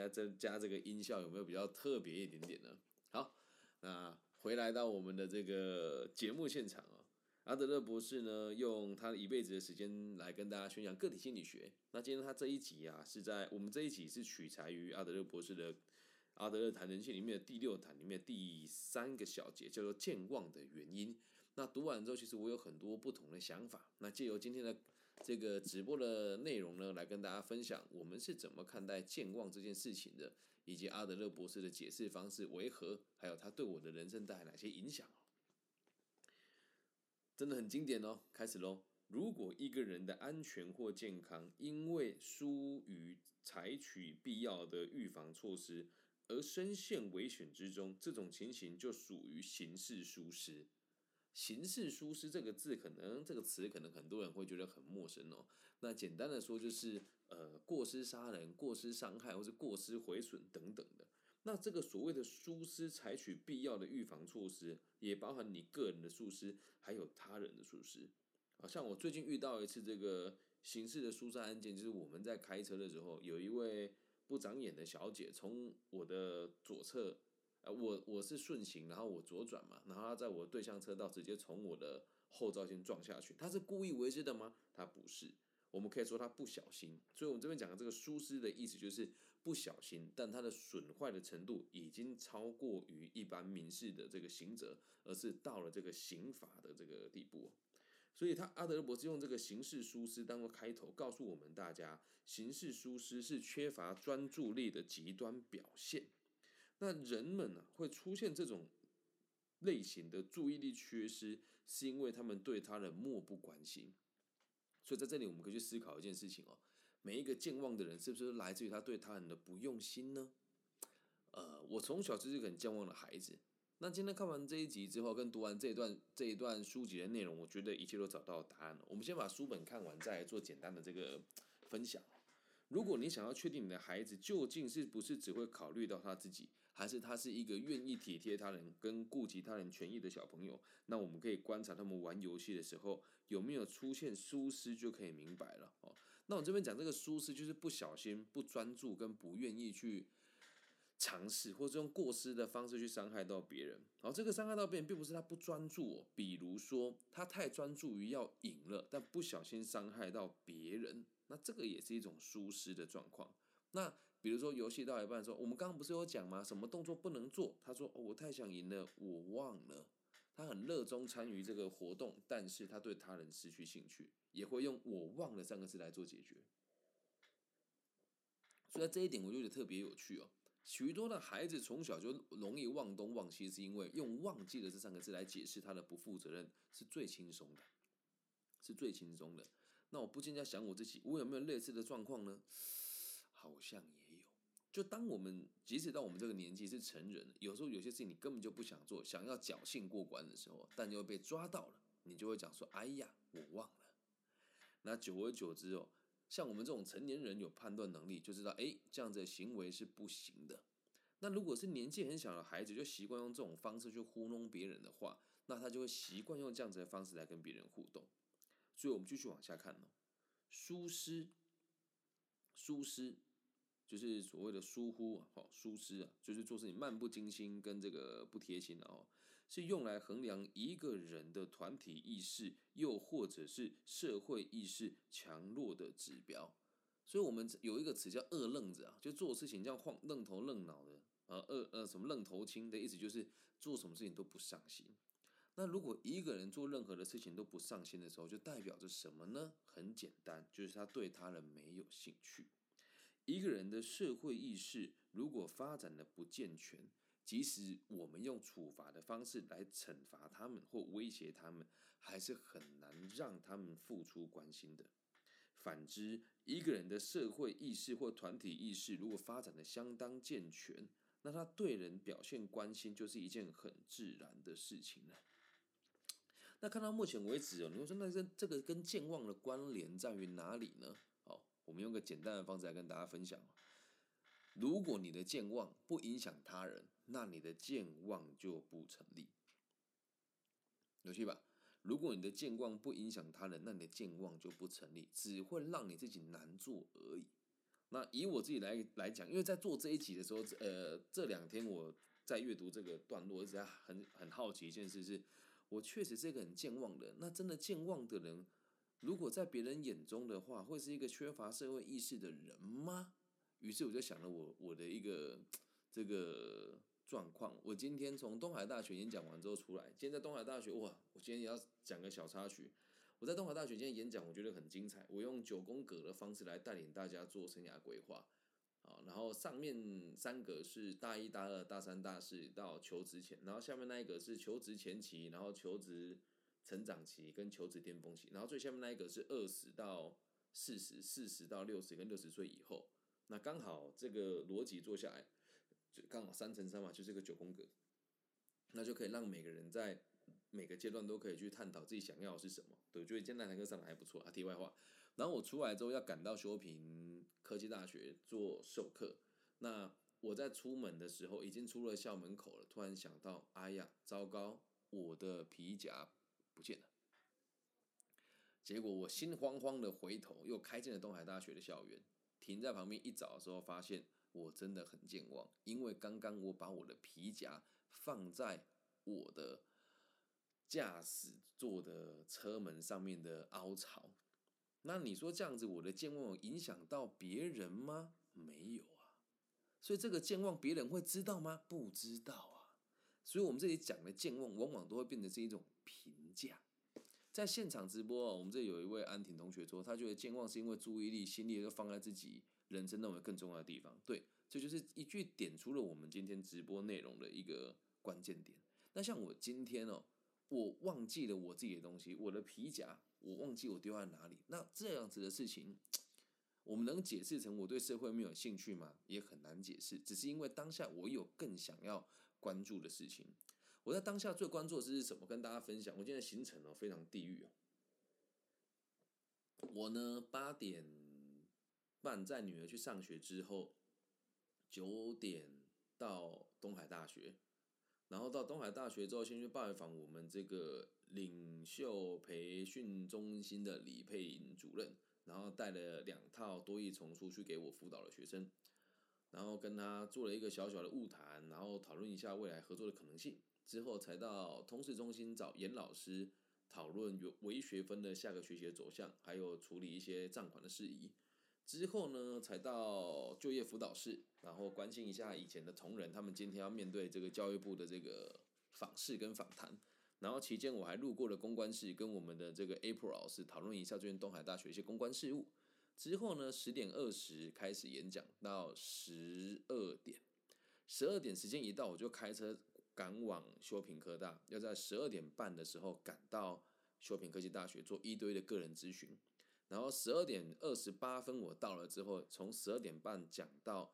加这个音效有没有比较特别一点点呢？好，那回来到我们的这个节目现场啊，阿德勒博士呢，用他一辈子的时间来跟大家宣讲个体心理学。那今天他这一集啊，我们这一集是取材于阿德勒博士的阿德勒谈人性里面的第6谈里面的第3个小节，叫做健忘的原因。那读完之后，其实我有很多不同的想法。那借由今天的这个直播的内容呢，来跟大家分享我们是怎么看待健忘这件事情的，以及阿德勒博士的解释方式为何，还有他对我的人生带来哪些影响。真的很经典哦，开始咯。如果一个人的安全或健康因为疏于采取必要的预防措施而深陷危险之中，这种情形就属于刑事疏失。刑事疏失这个词可能很多人会觉得很陌生哦。那简单的说就是过失杀人、过失伤害或是过失毁损等等的。那这个所谓的疏失，采取必要的预防措施，也包含你个人的疏失，还有他人的疏失。像我最近遇到一次这个刑事的疏杀案件，就是我们在开车的时候，有一位不长眼的小姐从我的左侧。我是顺行，然后我左转嘛，然后他在我的对向车道直接从我的后照镜撞下去。他是故意为之的吗？他不是，我们可以说他不小心。所以我们这边讲的这个疏失的意思就是不小心，但它的损坏的程度已经超过于一般民事的这个刑责，而是到了这个刑法的这个地步。所以阿德勒博士用这个刑事疏失当做开头，告诉我们大家，刑事疏失是缺乏专注力的极端表现。那人们会出现这种类型的注意力缺失，是因为他们对他人漠不关心。所以在这里我们可以去思考一件事情哦，每一个健忘的人是不是来自于他对他人的不用心呢？我从小就是一个很健忘的孩子。那今天看完这一集之后，跟读完这一段书籍的内容，我觉得一切都找到答案了。我们先把书本看完，再来做简单的这个分享。如果你想要确定你的孩子究竟是不是只会考虑到他自己，还是他是一个愿意体贴他人跟顾及他人权益的小朋友，那我们可以观察他们玩游戏的时候有没有出现疏失，就可以明白了。那我这边讲这个疏失，就是不小心、不专注跟不愿意去尝试，或者用过失的方式去伤害到别人。这个伤害到别人并不是他不专注比如说他太专注于要赢了，但不小心伤害到别人，那这个也是一种疏失的状况。那比如说游戏到一半说，我们刚刚不是有讲吗？什么动作不能做？他说我太想赢了，我忘了。他很热衷参与这个活动，但是他对他人失去兴趣，也会用我忘了3个字来做解决。所以在这一点我就觉得特别有趣哦。许多的孩子从小就容易忘东忘西，是因为用忘记了这3个字来解释他的不负责任是最轻松的，是最轻松的。那我不禁在想我自己，我有没有类似的状况呢？好像也有。就当我们即使到我们这个年纪是成人，有时候有些事情你根本就不想做，想要侥幸过关的时候，但又被抓到了，你就会讲说：“哎呀，我忘了。”那久而久之像我们这种成年人有判断能力，就知道这样子的行为是不行的。那如果是年纪很小的孩子，就习惯用这种方式去糊弄别人的话，那他就会习惯用这样子的方式来跟别人互动。所以我们继续往下看疏失就是所谓的疏忽疏失就是做事情漫不经心跟这个不贴心是用来衡量一个人的团体意识，又或者是社会意识强弱的指标。所以我们有一个词叫二愣子就做事情这样愣头愣脑的什么愣头青的意思，就是做什么事情都不上心。那如果一个人做任何的事情都不上心的时候，就代表着什么呢？很简单，就是他对他人没有兴趣。一个人的社会意识如果发展的不健全，即使我们用处罚的方式来惩罚他们或威胁他们，还是很难让他们付出关心的。反之，一个人的社会意识或团体意识如果发展的相当健全，那他对人表现关心就是一件很自然的事情了。那看到目前为止你会说那这个跟健忘的关联在于哪里呢？我们用个简单的方式来跟大家分享如果你的健忘不影响他人，那你的健忘就不成立，有趣吧？如果你的健忘不影响他人，那你的健忘就不成立，只会让你自己难做而已。 那以我自己来讲，因为在做这一集的时候，这2天我在阅读这个段落，一直在很好奇一件事是，我确实是一个很健忘的人。那真的健忘的人，如果在别人眼中的话，会是一个缺乏社会意识的人吗？于是我就想了我的一个这个状况。我今天从东海大学演讲完之后出来，今天在东海大学，哇！我今天也要讲个小插曲。我在东海大学今天演讲，我觉得很精彩。我用9宫格的方式来带领大家做生涯规划。然后上面3格是大1、大2、大3、大4到求职前，然后下面那一格是求职前期，然后求职成长期跟求职巅峰期，然后最下面那一格是20到40、40到60跟60岁以后。那刚好这个逻辑做下来，就刚好3×3嘛，就是个9宫格，那就可以让每个人在每个阶段都可以去探讨自己想要的是什么。对，我觉得今天那堂课上的还不错啊。题外话，然后我出来之后要赶到修平科技大学做授课，那我在出门的时候已经出了校门口了，突然想到，哎呀，糟糕，我的皮夹不见了。结果我心慌慌的回头，又开进了东海大学的校园，停在旁边一找的时候，发现我真的很健忘，因为刚刚我把我的皮夹放在我的驾驶座的车门上面的凹槽。那你说这样子，我的健忘有影响到别人吗？没有啊。所以这个健忘别人会知道吗？不知道啊。所以我们这里讲的健忘，往往都会变成是一种评价。在现场直播，我们这有一位安婷同学说，他觉得健忘是因为注意力、心力都放在自己人生认为更重要的地方。对，这就是一句点出了我们今天直播内容的一个关键点。那像我今天我忘记了我自己的东西，我的皮夹，我忘记我丢在哪里。那这样子的事情，我们能解释成我对社会没有兴趣吗？也很难解释，只是因为当下我有更想要关注的事情。我在当下最关注的是什么？跟大家分享，我今天的行程非常地狱。我呢8点半在女儿去上学之后，9点到东海大学，然后到东海大学之后，先去拜访我们这个领袖培训中心的李佩颖主任，然后带了2套多益丛书去给我辅导的学生，然后跟他做了一个小小的晤谈，然后讨论一下未来合作的可能性。之后才到通识中心找严老师讨论微学分的下个学期的走向，还有处理一些账款的事宜。之后呢，才到就业辅导室，然后关心一下以前的同仁，他们今天要面对这个教育部的这个访视跟访谈。然后期间我还路过了公关室，跟我们的这个 April 老师讨论一下最近东海大学一些公关事务。之后呢，10点20开始演讲到12点，12点时间一到，我就开车赶往修平科大，要在12点半的时候赶到修平科技大学做一对一的个人咨询。然后12点28分我到了之后，从12点半讲到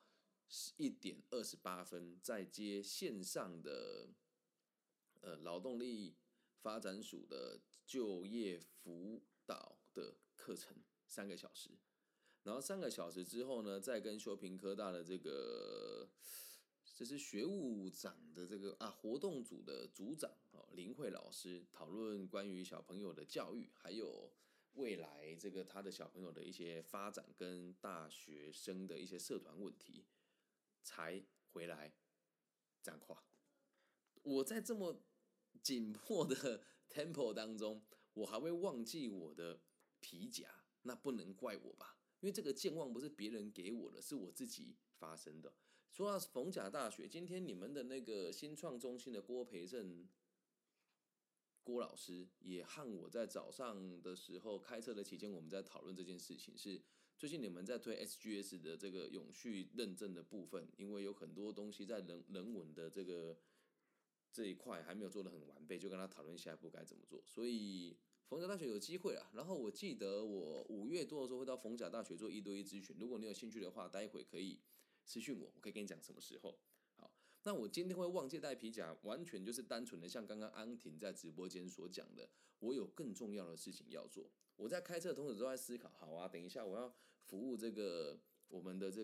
1点28分，再接线上的劳动力发展署的就业辅导的课程3个小时。然后3个小时之后呢，再跟修平科大的这是学务长的活动组的组长林慧老师讨论关于小朋友的教育，还有未来他的小朋友的一些发展跟大学生的一些社团问题，才回来讲话。我在这么紧迫的 tempo 当中，我还会忘记我的皮夹，那不能怪我吧？因为这个健忘不是别人给我的，是我自己发生的。说到逢甲大学，今天你们的那个新创中心的郭培正郭老师也和我在早上的时候开车的期间，我们在讨论这件事情，是最近你们在推 SGS 的这个永续认证的部分，因为有很多东西在人文的这一块还没有做得很完备，就跟他讨论下一步该怎么做。所以逢甲大学有机会了。然后我记得我5月多的时候会到逢甲大学做1对1咨询，如果你有兴趣的话，待会可以私讯我，我可以跟你讲什么时候。好，那我今天会忘记带皮夹，完全就是单纯的像刚刚安婷在直播间所讲的，我有更重要的事情要做。我在开车的同时都在思考，好啊，等一下我要服务我们的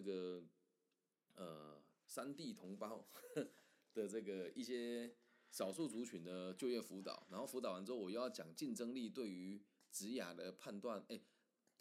3D 同胞的一些少数族群的就业辅导，然后辅导完之后，我又要讲竞争力对于职涯的判断，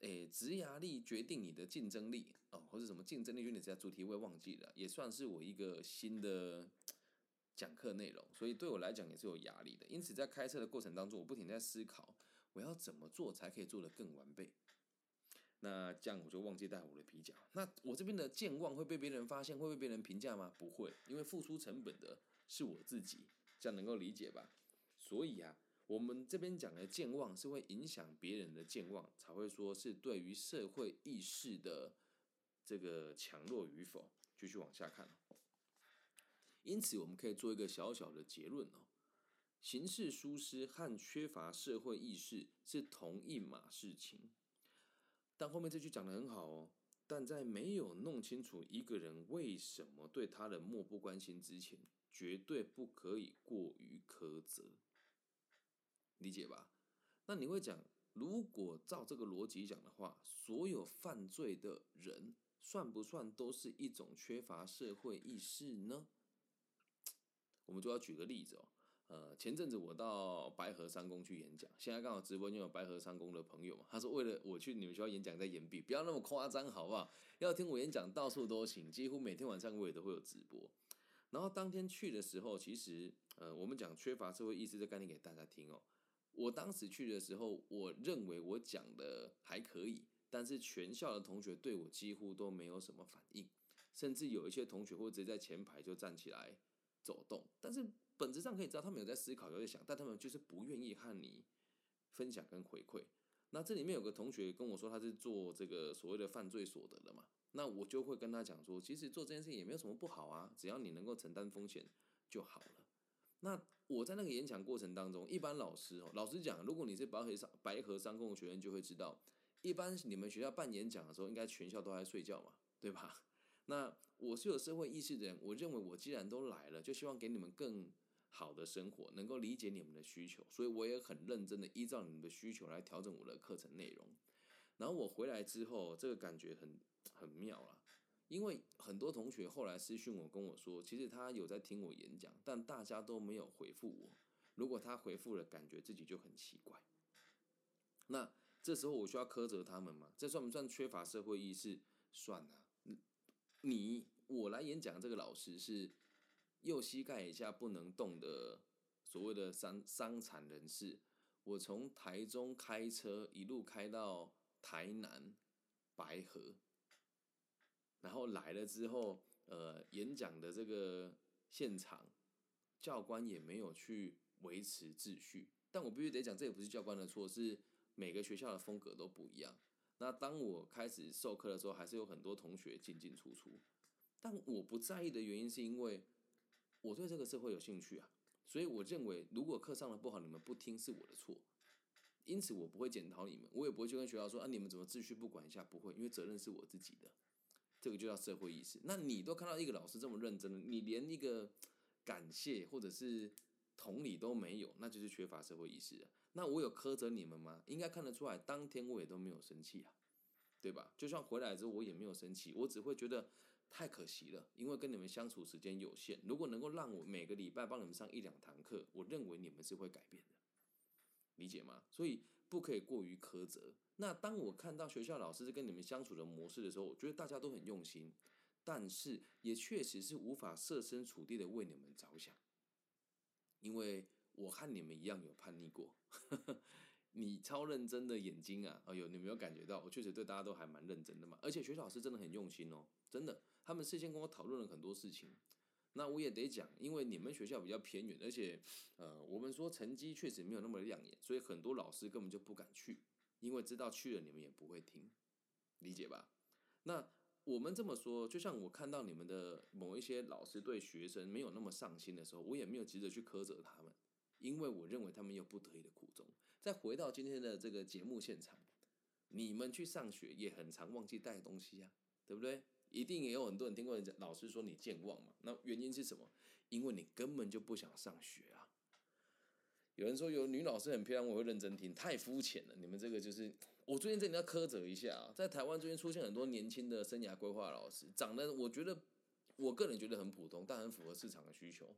职涯力决定你的竞争力哦，或者什么竞争力决定你的主题我也忘记了，也算是我一个新的讲课内容，所以对我来讲也是有压力的。因此在开车的过程当中，我不停在思考我要怎么做才可以做得更完备。那这样我就忘记带好我的皮夹。那我这边的健忘会被别人发现，会被别人评价吗？不会，因为付出成本的是我自己，这样能够理解吧？所以啊，我们这边讲的健忘是会影响别人的健忘，才会说是对于社会意识的这个强弱与否。继续往下看，因此我们可以做一个小小的结论哦。行事疏失和缺乏社会意识是同一码事情。但后面这句讲得很好哦，但在没有弄清楚一个人为什么对他人漠不关心之前，绝对不可以过于苛责，理解吧？那你会讲，如果照这个逻辑讲的话，所有犯罪的人算不算都是一种缺乏社会意识呢？我们就要举个例子哦。前阵子我到白河商工去演讲，现在刚好直播间有白河商工的朋友嘛，他说为了我去你们学校演讲在延毕，不要那么夸张好不好？要听我演讲到处都行，几乎每天晚上我也都会有直播。然后当天去的时候，其实我们讲缺乏社会意识这概念给大家听哦。我当时去的时候，我认为我讲的还可以，但是全校的同学对我几乎都没有什么反应，甚至有一些同学会直接在前排就站起来走动，但是本质上可以知道他们有在思考，有在想，但他们就是不愿意和你分享跟回馈。那这里面有个同学跟我说他是做这个所谓的犯罪所得的嘛，那我就会跟他讲说，其实做这件事情也没有什么不好啊，只要你能够承担风险就好了。那我在那个演讲过程当中，一般老师老实讲，如果你是白河商工的学员，就会知道，一般你们学校办演讲的时候，应该全校都在睡觉嘛，对吧？那我是有社会意识的人，我认为我既然都来了，就希望给你们更好的生活，能够理解你们的需求，所以我也很认真的依照你们的需求来调整我的课程内容。然后我回来之后，这个感觉很妙啦。因为很多同学后来私讯我跟我说，其实他有在听我演讲，但大家都没有回复我。如果他回复了，感觉自己就很奇怪。那这时候我需要苛责他们吗？这算不算缺乏社会意识？算啊。我来演讲，这个老师是右膝盖以下不能动的所谓的伤残人士。我从台中开车一路开到台南白河，然后来了之后，演讲的这个现场，教官也没有去维持秩序。但我必须得讲，这也不是教官的错，是每个学校的风格都不一样。那当我开始授课的时候，还是有很多同学进进出出。但我不在意的原因是因为我对这个社会有兴趣啊，所以我认为如果课上的不好，你们不听是我的错。因此我不会检讨你们，我也不会去跟学校说啊，你们怎么秩序不管一下，不会，因为责任是我自己的。这个就叫社会意识。那你都看到一个老师这么认真的，你连一个感谢或者是同理都没有，那就是缺乏社会意识了。那我有苛责你们吗？应该看得出来，当天我也都没有生气啊，对吧？就算回来之后我也没有生气，我只会觉得太可惜了，因为跟你们相处时间有限。如果能够让我每个礼拜帮你们上1-2堂课，我认为你们是会改变的，理解吗？所以不可以过于苛责。那当我看到学校老师在跟你们相处的模式的时候，我觉得大家都很用心，但是也确实是无法设身处地的为你们着想，因为我和你们一样有叛逆过。你超认真的眼睛啊，哎呦，你没有感觉到？我确实对大家都还蛮认真的嘛，而且学校老师真的很用心哦，真的，他们事先跟我讨论了很多事情。那我也得讲，因为你们学校比较偏远，而且我们说成绩确实没有那么亮眼，所以很多老师根本就不敢去，因为知道去了你们也不会听，理解吧？那我们这么说，就像我看到你们的某一些老师对学生没有那么上心的时候，我也没有急着去苛责他们，因为我认为他们有不得已的苦衷。再回到今天的这个节目现场，你们去上学也很常忘记带东西啊，对不对？一定也有很多人听过老师说你健忘嘛，那原因是什么？因为你根本就不想上学啊。有人说有女老师很漂亮，我会认真听，太肤浅了。你们这个就是，我最近这里要苛责一下啊，在台湾最近出现很多年轻的生涯规划老师，长得我觉得，我个人觉得很普通，但很符合市场的需求。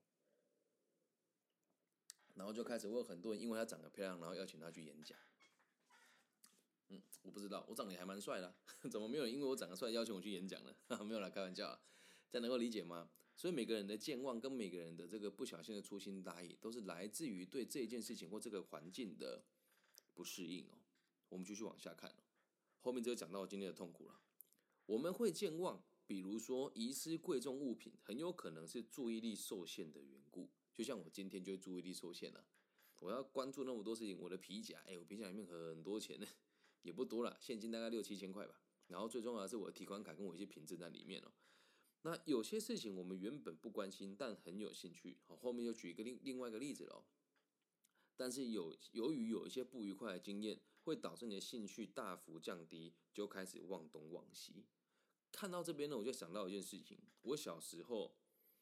然后就开始会有很多人因为她长得漂亮，然后邀请她去演讲。 我不知道，我长得也还蛮帅的怎么没有人因为我长得帅要求我去演讲呢？没有啦，开玩笑这样能够理解吗？所以每个人的健忘跟每个人的这个不小心的粗心大意，都是来自于对这一件事情或这个环境的不适应哦。我们继续往下看后面就讲到今天的痛苦了。我们会健忘，比如说遗失贵重物品，很有可能是注意力受限的缘故。就像我今天就注意力受限了，我要关注那么多事情，我的皮夹，我皮夹里面很多钱呢，也不多了，现金大概6、7千块吧。然后最重要的是我的提款卡跟我一些凭证在里面那有些事情我们原本不关心，但很有兴趣。后面就举一个另外一个例子了但是由于有一些不愉快的经验，会导致你的兴趣大幅降低，就开始忘东忘西。看到这边呢，我就想到一件事情：我小时候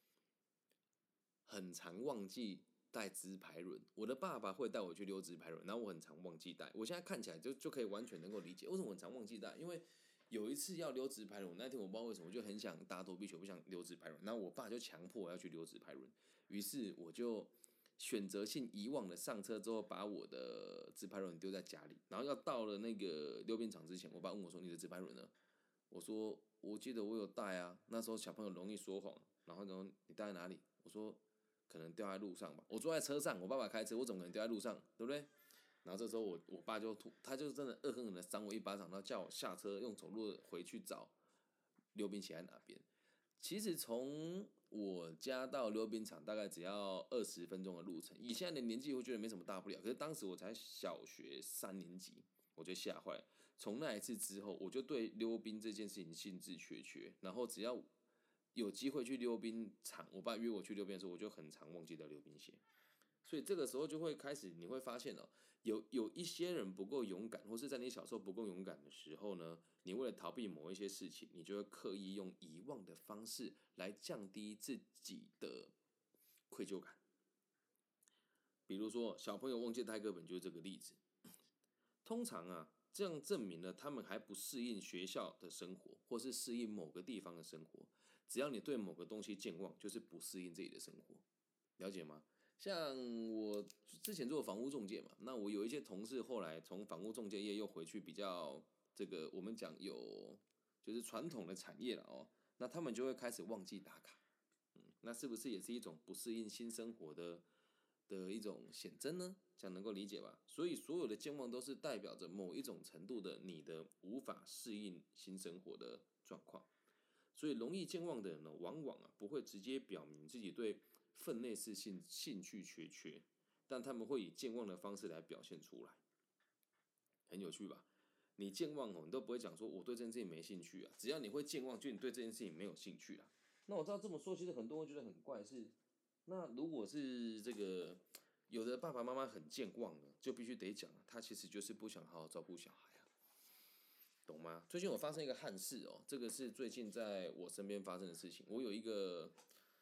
很常忘记带直排轮，我的爸爸会带我去溜直排轮，然后我很常忘记带。我现在看起来就可以完全能够理解为什么我很常忘记带，因为有一次要溜直排轮，那天我不知道为什么，我就很想打躲避球，不想溜直排轮，然后我爸就强迫我要去溜直排轮，于是我就选择性遗忘了上车之后把我的直排轮丢在家里，然后要到了那个溜冰场之前，我爸问我说：“你的直排轮呢？”我说：“我记得我有带啊。”那时候小朋友容易说谎，然后你带在哪里？我说：“可能掉在路上吧。”我坐在车上，我爸爸开车，我怎么可能掉在路上，对不对？然后这时候我爸他就真的恶狠狠的扇我一巴掌，然后叫我下车用走路回去找溜冰鞋在哪边。其实从我家到溜冰场大概只要20分钟的路程，以现在的年纪会觉得没什么大不了，可是当时我才小学3年级，我就吓坏了。从那一次之后，我就对溜冰这件事情兴致缺缺，然后只要有机会去溜冰场，我爸约我去溜冰的时候，我就很常忘记带溜冰鞋。所以这个时候就会开始，你会发现有一些人不够勇敢，或是在你小时候不够勇敢的时候呢，你为了逃避某一些事情，你就会刻意用遗忘的方式来降低自己的愧疚感。比如说，小朋友忘记带课本就是这个例子。通常这样证明了他们还不适应学校的生活，或是适应某个地方的生活。只要你对某个东西健忘，就是不适应自己的生活，了解吗？像我之前做房屋中介嘛，那我有一些同事后来从房屋中介业又回去比较这个我们讲就是传统的产业了那他们就会开始忘记打卡，那是不是也是一种不适应新生活的一种显征呢？这样能够理解吧？所以所有的健忘都是代表着某一种程度的你的无法适应新生活的状况。所以容易健忘的人呢，往往不会直接表明自己对分内事兴趣缺，但他们会以健忘的方式来表现出来，很有趣吧？你健忘你都不会讲说我对这件事情没兴趣啊，只要你会健忘，就你对这件事情没有兴趣啦。那我知道这么说，其实很多人会觉得很怪是，那如果是这个有的爸爸妈妈很健忘的，就必须得讲他其实就是不想好好照顾小孩啊。懂吗？最近有发生一个憾事这个是最近在我身边发生的事情。我有一个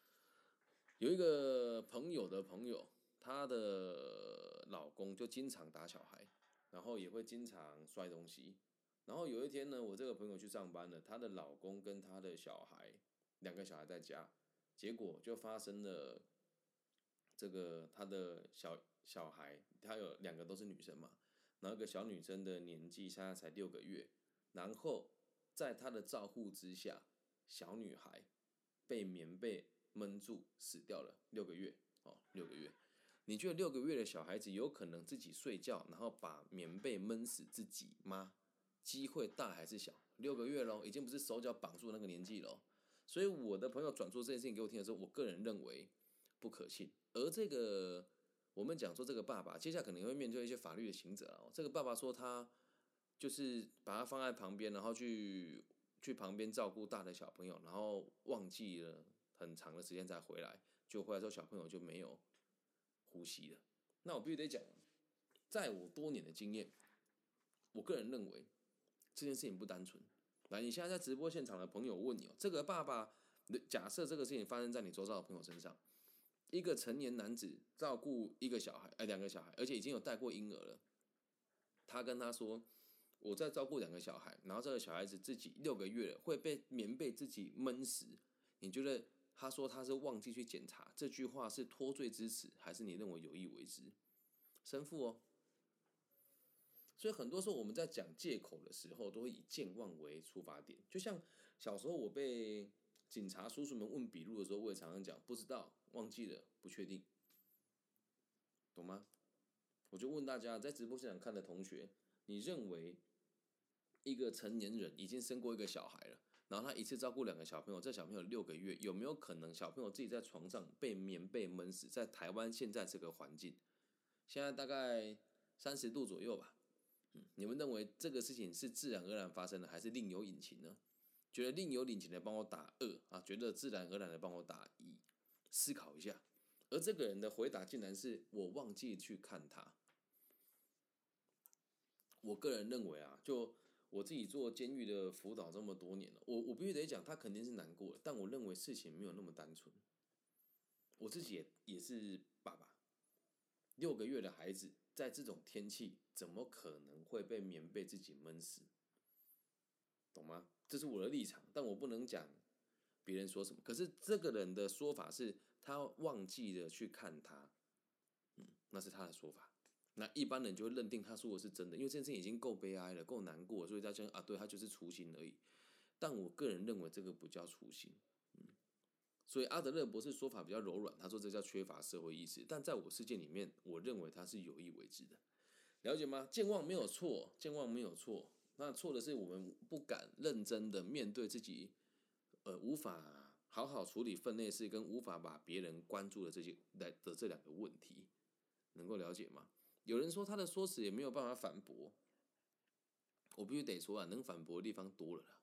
朋友的朋友，她的老公就经常打小孩，然后也会经常摔东西。然后有一天呢，我这个朋友去上班了，她的老公跟她的小孩2个小孩在家，结果就发生了这个她的小孩，她有2个都是女生嘛，然后一个小女生的年纪现在才6个月。然后在他的照护之下，小女孩被棉被闷住死掉了6个月6个月。你觉得6个月的小孩子有可能自己睡觉，然后把棉被闷死自己吗？机会大还是小？6个月咯，已经不是手脚绑住那个年纪咯。所以我的朋友转述这件事情给我听的时候，我个人认为不可信。而这个我们讲说这个爸爸，接下来可能会面对一些法律的刑责这个爸爸说他就是把他放在旁边，然后去旁边照顾大的小朋友，然后忘记了很长的时间才回来，就回来之后小朋友就没有呼吸了。那我必须得讲，在我多年的经验，我个人认为这件事情不单纯。来，你现在在直播现场的朋友问你这个爸爸，假设这个事情发生在你周遭的朋友身上，一个成年男子照顾一个小孩，2个小孩，而且已经有带过婴儿了，他跟他说我在照顾2个小孩，然后这个小孩子自己6个月了，会被棉被自己闷死。你觉得他说他是忘记去检查，这句话是脱罪之词，还是你认为有意为之？生父所以很多时候我们在讲借口的时候，都会以健忘为出发点。就像小时候我被警察叔叔们问笔录的时候，我也常常讲不知道、忘记了、不确定，懂吗？我就问大家，在直播现场看的同学，你认为一个成年人已经生过一个小孩了，然后他一次照顾2个小朋友，这小朋友6个月，有没有可能小朋友自己在床上被棉被闷死？在台湾现在这个环境，现在大概30度左右吧。你们认为这个事情是自然而然发生的，还是另有隐情呢？觉得另有隐情的帮我打2啊，觉得自然而然的帮我打1，思考一下。而这个人的回答竟然是我忘记去看他。我个人认为啊，就我自己做监狱的辅导这么多年了，我必须得讲，他肯定是难过的，但我认为事情没有那么单纯。我自己也是爸爸，6个月的孩子在这种天气，怎么可能会被棉被自己闷死？懂吗？这是我的立场，但我不能讲别人说什么。可是这个人的说法是他忘记了去看他，那是他的说法。那一般人就会认定他说的是真的，因为这件事情已经够悲哀了，够难过，所以他讲啊，对他就是粗心而已。但我个人认为这个不叫粗心，所以阿德勒博士说法比较柔软，他说这叫缺乏社会意识。但在我世界里面，我认为他是有意为之的，了解吗？健忘没有错，健忘没有错，那错的是我们不敢认真的面对自己，无法好好处理分内事，跟无法把别人关注的这2个问题，能够了解吗？有人说他的说辞也没有办法反驳，我必须得说啊，能反驳的地方多了啦。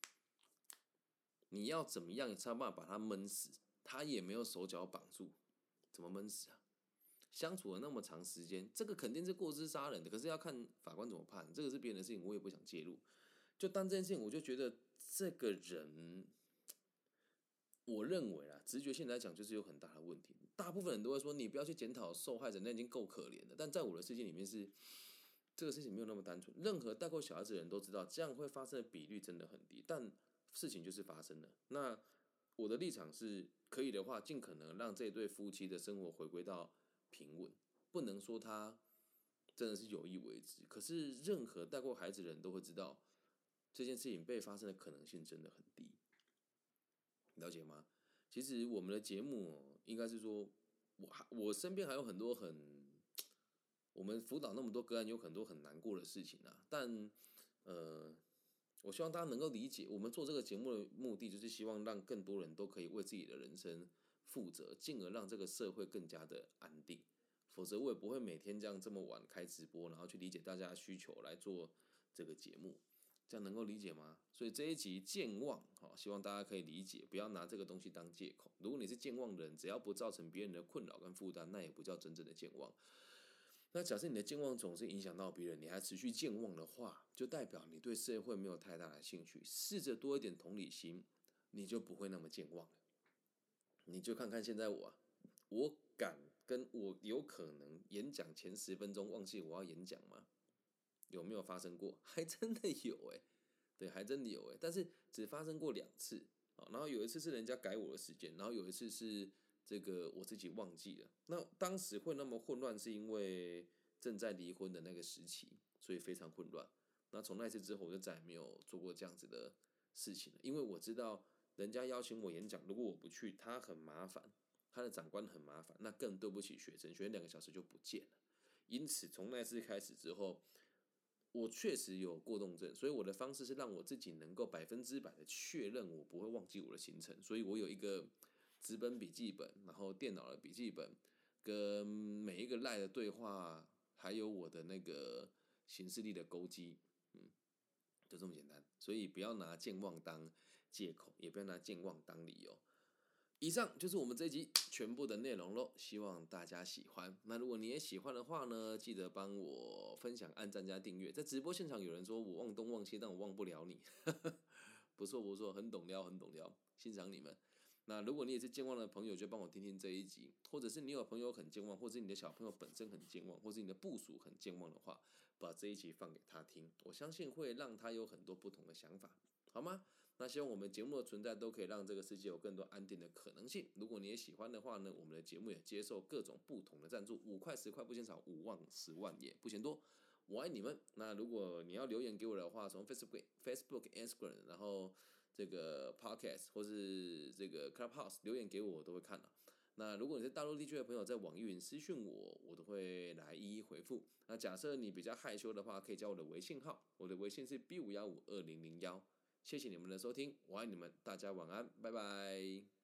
你要怎么样才有办法把他闷死？他也没有手脚绑住，怎么闷死啊？相处了那么长时间，这个肯定是过失杀人的，可是要看法官怎么判，这个是别人的事情，我也不想介入。就当这件事情，我就觉得这个人，我认为啊，直觉性来讲就是有很大的问题。大部分人都会说，你不要去检讨受害者，那已经够可怜了。但在我的世界里面是，这个事情没有那么单纯。任何带过小孩子的人都知道，这样会发生的比率真的很低，但事情就是发生了。那我的立场是，可以的话，尽可能让这对夫妻的生活回归到平稳。不能说他真的是有意为之，可是任何带过孩子的人都会知道，这件事情被发生的可能性真的很低，了解吗？其实我们的节目应该是说，我身边还有很多我们辅导那么多个案，有很多很难过的事情啊。但我希望大家能够理解，我们做这个节目的目的就是希望让更多人都可以为自己的人生负责，进而让这个社会更加的安定。否则我也不会每天这么晚开直播，然后去理解大家的需求来做这个节目，这样能够理解吗？所以这一集健忘，希望大家可以理解，不要拿这个东西当借口。如果你是健忘的人，只要不造成别人的困扰跟负担，那也不叫真正的健忘。那假设你的健忘总是影响到别人，你还持续健忘的话，就代表你对社会没有太大的兴趣。试着多一点同理心，你就不会那么健忘了。你就看看现在我敢跟我有可能演讲前10分钟忘记我要演讲吗？有没有发生过？还真的有对，还真的有但是只发生过2次然后有一次是人家改我的时间，然后有一次是这个我自己忘记了。那当时会那么混乱，是因为正在离婚的那个时期，所以非常混乱。那从那次之后，我就再也没有做过这样子的事情了，因为我知道人家邀请我演讲，如果我不去，他很麻烦，他的长官很麻烦，那更对不起学生，学生2个小时就不见了。因此，从那次开始之后，我确实有过动症，所以我的方式是让我自己能够100%的确认我不会忘记我的行程，所以我有一个纸本笔记本，然后电脑的笔记本，跟每一个赖的对话，还有我的那个行事历的勾稽，就这么简单。所以不要拿健忘当借口，也不要拿健忘当理由。以上就是我们这一集全部的内容咯，希望大家喜欢。那如果你也喜欢的话呢，记得帮我分享、按赞加订阅。在直播现场有人说我忘东忘西，但我忘不了你，不错不错，很懂撩，很懂撩，欣赏你们。那如果你也是健忘的朋友，就帮我听听这一集，或者是你有朋友很健忘，或者是你的小朋友本身很健忘，或者是你的部属很健忘的话，把这一集放给他听，我相信会让他有很多不同的想法，好吗？那希望我们节目的存在都可以让这个世界有更多安定的可能性。如果你也喜欢的话呢，我们的节目也接受各种不同的赞助，5块10块不嫌少，5万10万也不嫌多。 我爱你们。那如果你要留言给我的话，从 Facebook、Instagram，然后这个 Podcast 或是这个 Clubhouse 留言给我，我都会看的。那如果你是大陆地区的朋友，在网易云私讯我，我都会来一一回复。那假设你比较害羞的话，可以加我的微信号，我的微信是 B5152001。谢谢你们的收听，我爱你们，大家晚安，拜拜。